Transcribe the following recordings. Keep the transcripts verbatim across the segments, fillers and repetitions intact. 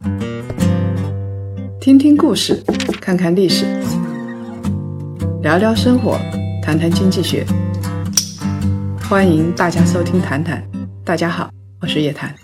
听听故事，看看历史，聊聊生活，谈谈经济学。欢迎大家收听谈谈。大家好，我是叶檀。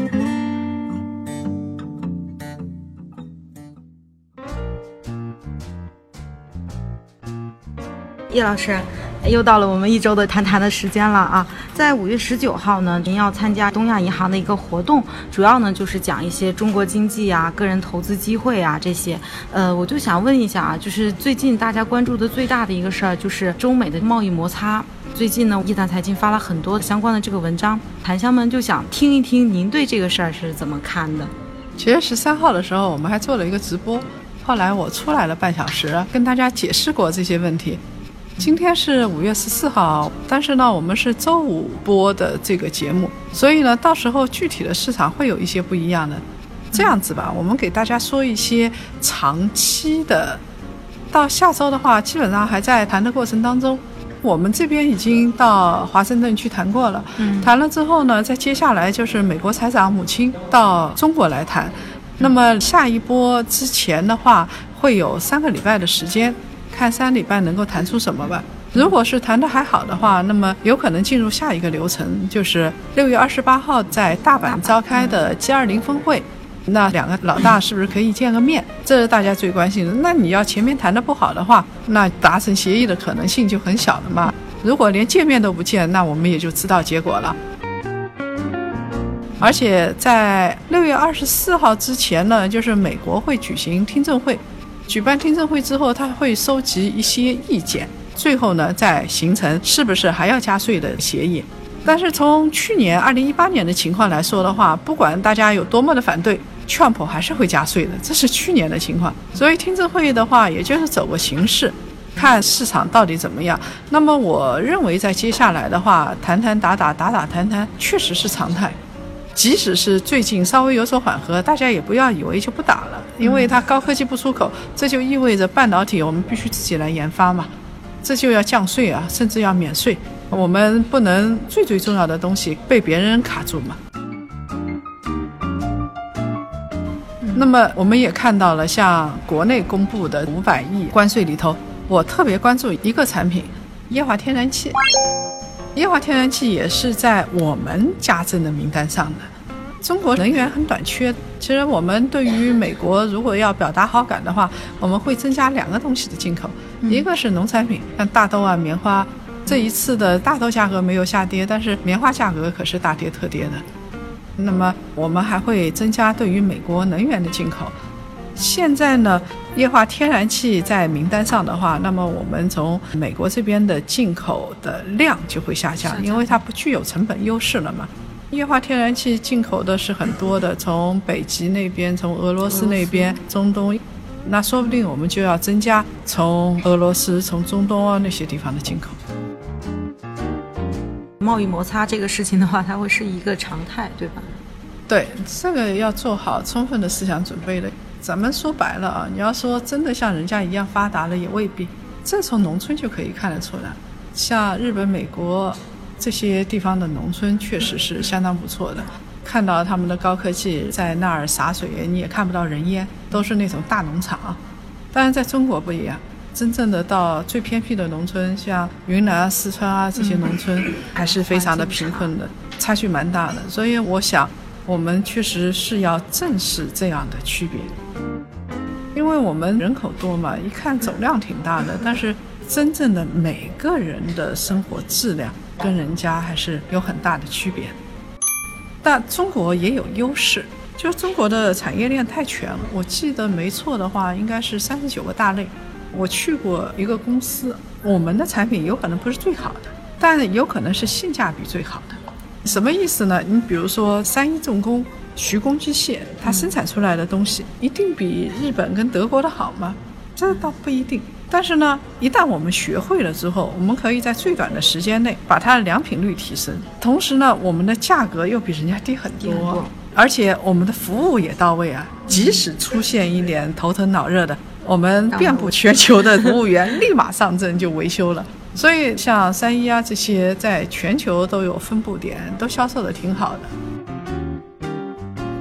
叶老师，又到了我们一周的谈谈的时间了啊！在五月十九号呢，您要参加东亚银行的一个活动，主要呢就是讲一些中国经济啊、个人投资机会啊这些。呃，我就想问一下啊，就是最近大家关注的最大的一个事儿，就是中美的贸易摩擦。最近呢，叶檀财经发了很多相关的这个文章，檀香们就想听一听您对这个事儿是怎么看的。 七月十三号的时候，我们还做了一个直播，后来我出来了半小时，跟大家解释过这些问题。今天是五月十四号，但是呢，我们是周五播的这个节目，所以呢，到时候具体的市场会有一些不一样的。这样子吧，我们给大家说一些长期的。到下周的话，基本上还在谈的过程当中。我们这边已经到华盛顿去谈过了，嗯，谈了之后呢，再接下来就是美国财长母亲到中国来谈。那么下一波之前的话，会有三个礼拜的时间，看三礼拜能够谈出什么吧。如果是谈得还好的话，那么有可能进入下一个流程，就是六月二十八号在大阪召开的 G 二十 峰会。那两个老大是不是可以见个面？这是大家最关心的。那你要前面谈得不好的话，那达成协议的可能性就很小了嘛。如果连见面都不见，那我们也就知道结果了。而且在六月二十四号之前呢，就是美国会举行听证会，举办听证会之后，他会收集一些意见，最后呢再形成是不是还要加税的协议。但是从去年二零一八年的情况来说的话，不管大家有多么的反对，川普还是会加税的，这是去年的情况。所以听证会的话，也就是走个形式，看市场到底怎么样。那么我认为在接下来的话，谈谈打打打打谈谈确实是常态。即使是最近稍微有所缓和，大家也不要以为就不打了，因为它高科技不出口，这就意味着半导体我们必须自己来研发嘛，这就要降税啊，甚至要免税。我们不能最最重要的东西被别人卡住嘛。那么我们也看到了，像国内公布的五百亿关税里头，我特别关注一个产品，液化天然气。液化天然气也是在我们加征的名单上的。中国能源很短缺，其实我们对于美国如果要表达好感的话，我们会增加两个东西的进口，一个是农产品，像大豆啊、棉花。这一次的大豆价格没有下跌，但是棉花价格可是大跌特跌的。那么我们还会增加对于美国能源的进口。现在呢，液化天然气在名单上的话，那么我们从美国这边的进口的量就会下降，因为它不具有成本优势了嘛。液化天然气进口的是很多的，从北极那边，从俄罗斯那边，中东，那说不定我们就要增加从俄罗斯、从中东啊那些地方的进口。 贸易摩擦这个事情的话，它会是一个常态，对吧？ 对，这个要做好充分的思想准备的。咱们说白了啊，你要说真的像人家一样发达了也未必，这从农村就可以看得出来。像日本、美国这些地方的农村确实是相当不错的，看到他们的高科技在那儿洒水，你也看不到人烟，都是那种大农场。当然在中国不一样，真正的到最偏僻的农村，像云南、四川啊这些农村，还是非常的贫困的，差距蛮大的。所以我想我们确实是要正视这样的区别，因为我们人口多嘛，一看总量挺大的，但是真正的每个人的生活质量跟人家还是有很大的区别。但中国也有优势，就中国的产业链太全了，我记得没错的话应该是三十九个大类。我去过一个公司，我们的产品有可能不是最好的，但有可能是性价比最好的。什么意思呢？你比如说三一重工、徐工机械，它生产出来的东西一定比日本跟德国的好吗？这倒不一定。但是呢，一旦我们学会了之后，我们可以在最短的时间内把它的良品率提升，同时呢，我们的价格又比人家低很多，而且我们的服务也到位啊。即使出现一点头疼脑热的，我们遍布全球的服务员立马上阵就维修了。所以像三一啊这些在全球都有分布点，都销售的挺好的。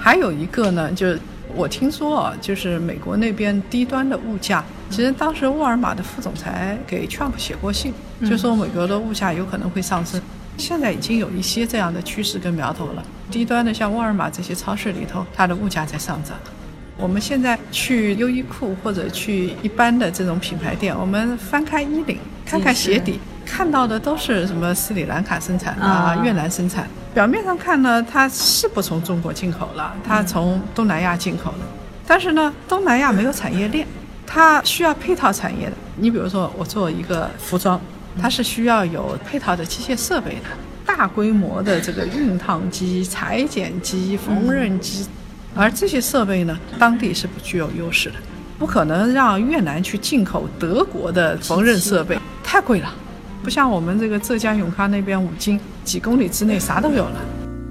还有一个呢，就是我听说啊，就是美国那边低端的物价，其实当时沃尔玛的副总裁给 Trump 写过信，就说美国的物价有可能会上升。现在已经有一些这样的趋势跟苗头了，低端的像沃尔玛这些超市里头，它的物价在上涨。我们现在去优衣库或者去一般的这种品牌店，我们翻开衣领看看鞋底，看到的都是什么斯里兰卡生产啊、越南生产。表面上看呢，它是不从中国进口了，它从东南亚进口了，但是呢，东南亚没有产业链，它需要配套产业的。你比如说我做一个服装，它是需要有配套的机械设备的，大规模的这个熨烫机、裁剪机、缝纫机，而这些设备呢，当地是不具有优势的，不可能让越南去进口德国的缝纫设备，太贵了。不像我们这个浙江永康那边五金，几公里之内啥都有了。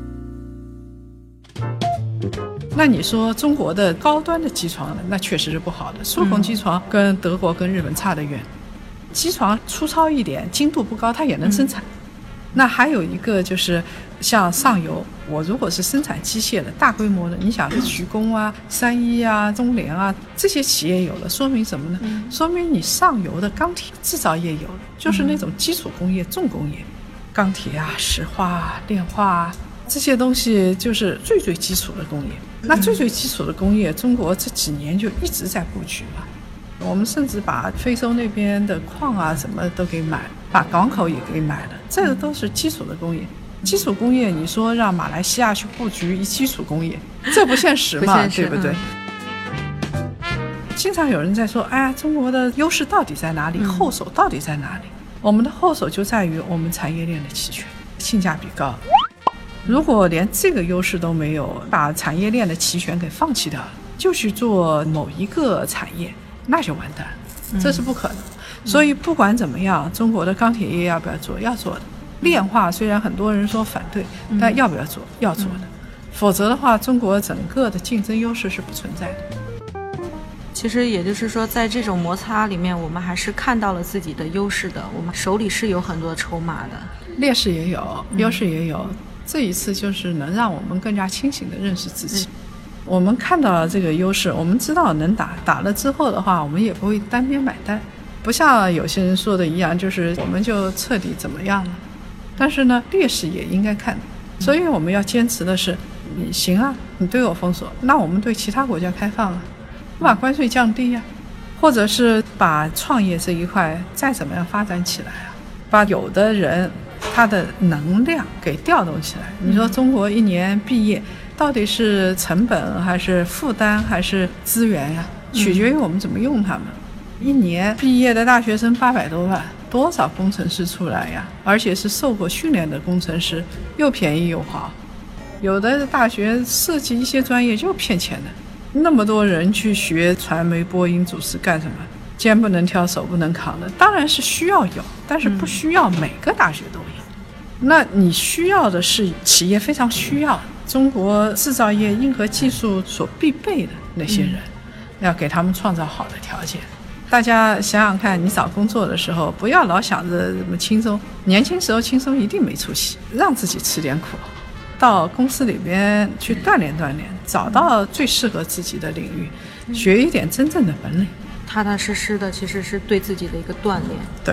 那你说中国的高端的机床呢？那确实是不好的，苏冯机床跟德国跟日本差得远。机床粗糙一点，精度不高，它也能生产。那还有一个就是像上游，我如果是生产机械的大规模的，你想徐工啊、三一啊、中联啊这些企业有了，说明什么呢？嗯、说明你上游的钢铁制造业有了，就是那种基础工业、重工业，钢铁啊、石化啊、炼化啊这些东西就是最最基础的工业。那最最基础的工业，中国这几年就一直在布局嘛。我们甚至把非洲那边的矿啊什么都给买，把港口也给买了，这个都是基础的工业。基础工业，你说让马来西亚去布局一基础工业，这不现实嘛？不对不对？嗯、经常有人在说，哎呀，中国的优势到底在哪里？后手到底在哪里？我们的后手就在于我们产业链的齐全，性价比高。如果连这个优势都没有，把产业链的齐全给放弃掉了，就去做某一个产业，那就完蛋，这是不可能。嗯、所以不管怎么样，中国的钢铁业要不要做？要做的。炼化虽然很多人说反对，但要不要做？要做的。否则的话，中国整个的竞争优势是不存在的。 其实也就是说，在这种摩擦里面，我们还是看到了自己的优势的，我们手里是有很多筹码的， 劣势也有，优势也有。嗯、这一次就是能让我们更加清醒地认识自己。嗯、我们看到了这个优势，我们知道能打，打了之后的话，我们也不会单边买单，不像有些人说的一样，就是我们就彻底怎么样了。但是呢，劣势也应该看，所以我们要坚持的是，你行啊，你对我封锁，那我们对其他国家开放啊，把关税降低呀、啊，或者是把创业这一块再怎么样发展起来啊，把有的人他的能量给调动起来。你说中国一年毕业到底是成本还是负担还是资源呀、啊？取决于我们怎么用它们。一年毕业的大学生八百多万。多少工程师出来呀？而且是受过训练的工程师，又便宜又好。有的大学设计一些专业就骗钱的，那么多人去学传媒、播音主持干什么？肩不能挑，手不能扛的，当然是需要有，但是不需要每个大学都有。嗯、那你需要的是企业非常需要中国制造业硬核技术所必备的那些人，嗯、要给他们创造好的条件。大家想想看，你找工作的时候，不要老想着怎么轻松，年轻时候轻松一定没出息，让自己吃点苦，到公司里边去锻炼锻炼，找到最适合自己的领域，学一点真正的本领， 踏踏实实的，其实是对自己的一个锻炼。 对。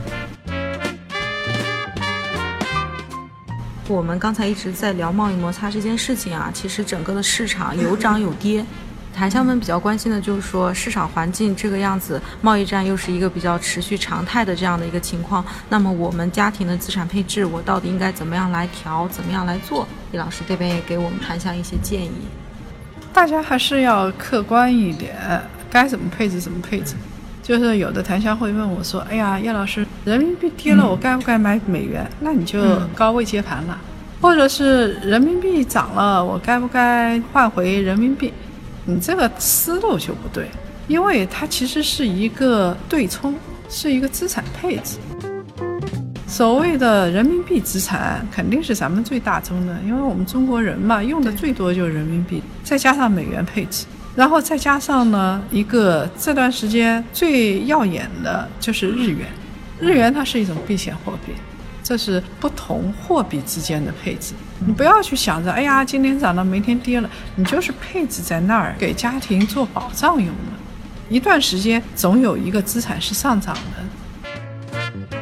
我们刚才一直在聊贸易摩擦这件事情啊，其实整个的市场有涨有跌。檀香们比较关心的就是说，市场环境这个样子，贸易战又是一个比较持续常态的这样的一个情况，那么我们家庭的资产配置，我到底应该怎么样来调，怎么样来做？李老师这边也给我们檀香一些建议。 大家还是要客观一点，该怎么配置怎么配置。就是有的檀香会问我说，哎呀，叶老师，人民币跌了，嗯、我该不该买美元？那你就高位接盘了。嗯、或者是人民币涨了，我该不该换回人民币？你这个思路就不对，因为它其实是一个对冲，是一个资产配置。所谓的人民币资产肯定是咱们最大宗的，因为我们中国人嘛，用的最多就是人民币，再加上美元配置，然后再加上呢一个这段时间最耀眼的就是日元。日元它是一种避险货币， 这是不同货币之间的配置。你不要去想着哎呀今天涨了明天跌了，你就是配置在那儿给家庭做保障用的，一段时间总有一个资产是上涨的。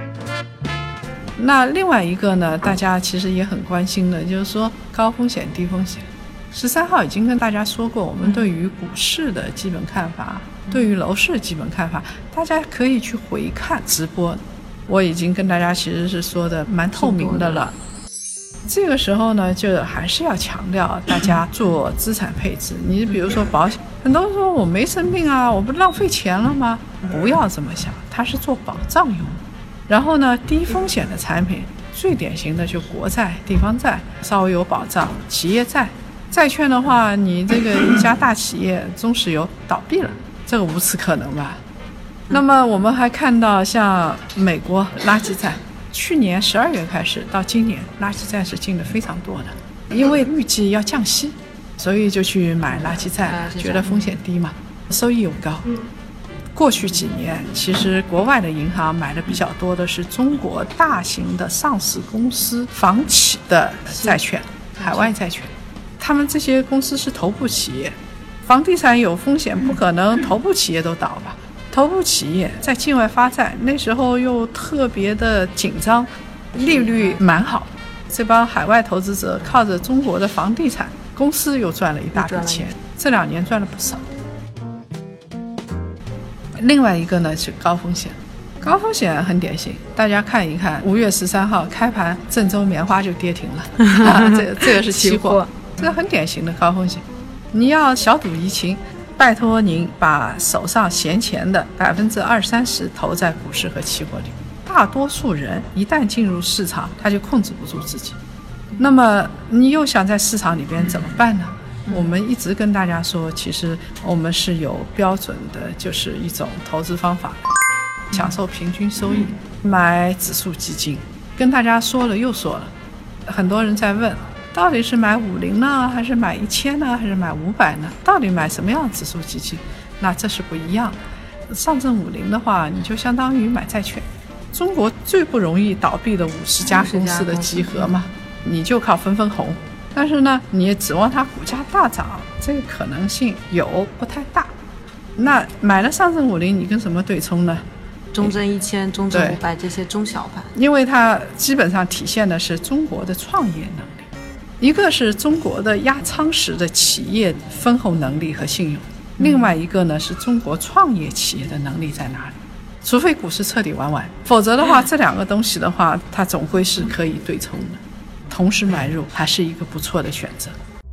那另外一个呢，大家其实也很关心的，就是说高风险低风险。十三号已经跟大家说过我们对于股市的基本看法，对于楼市的基本看法，大家可以去回看直播，我已经跟大家其实是说的蛮透明的了。这个时候呢，就还是要强调大家做资产配置。你比如说保险，很多人说我没生病啊，我不浪费钱了吗？不要这么想，它是做保障用的。然后呢，低风险的产品最典型的就国债、地方债，稍微有保障，企业债。债券的话，你这个一家大企业中石油倒闭了，这个无此可能吧。那么我们还看到像美国垃圾债，去年十二月开始到今年垃圾债是进的非常多的，因为预计要降息，所以就去买垃圾债，觉得风险低嘛，收益又高。过去几年其实国外的银行买的比较多的是中国大型的上市公司房企的债券，海外债券。他们这些公司是头部企业，房地产有风险，不可能头部企业都倒吧？头部企业在境外发债，那时候又特别的紧张，利率蛮好，这帮海外投资者靠着中国的房地产公司又赚了一大笔钱，这两年赚了不少。另外一个呢是高风险，高风险很典型，大家看一看，五月十三号开盘，郑州棉花就跌停了，啊、这个这个是期货。这个很典型的高风险，你要小赌怡情，拜托您把手上闲钱的百分之二三十投在股市和期货里。大多数人一旦进入市场，他就控制不住自己。那么你又想在市场里边怎么办呢？我们一直跟大家说，其实我们是有标准的，就是一种投资方法，享受平均收益，买指数基金。跟大家说了又说了，很多人在问。到底是买五零呢，还是买一千呢，还是买五百呢？到底买什么样的指数基金？那这是不一样的。上证五零的话，你就相当于买债券，中国最不容易倒闭的五十家公司的集合嘛，你就靠分分红。但是呢，你也指望它股价大涨，这个可能性有不太大。那买了上证五零，你跟什么对冲呢？ 中证一千、中证五百这些中小盘， 因为它基本上体现的是中国的创业能力。一个是中国的压舱石的企业分红能力和信用，另外一个呢是中国创业企业的能力在哪里？除非股市彻底玩完，否则的话，这两个东西的话，它总归是可以对冲的，同时买入还是一个不错的选择。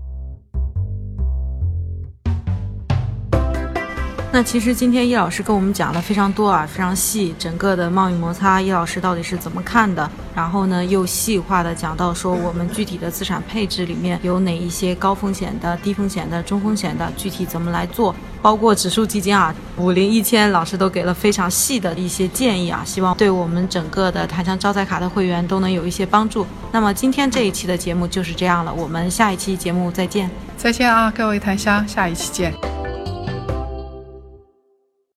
那其实今天易老师跟我们讲了非常多啊，非常细，整个的贸易摩擦易老师到底是怎么看的，然后呢又细化的讲到说我们具体的资产配置里面有哪一些高风险的、低风险的、中风险的，具体怎么来做，包括指数基金啊，五零一千老师都给了非常细的一些建议啊，希望对我们整个的檀香招财卡的会员都能有一些帮助。那么今天这一期的节目就是这样了，我们下一期节目再见。 再见啊，各位檀香，下一期见。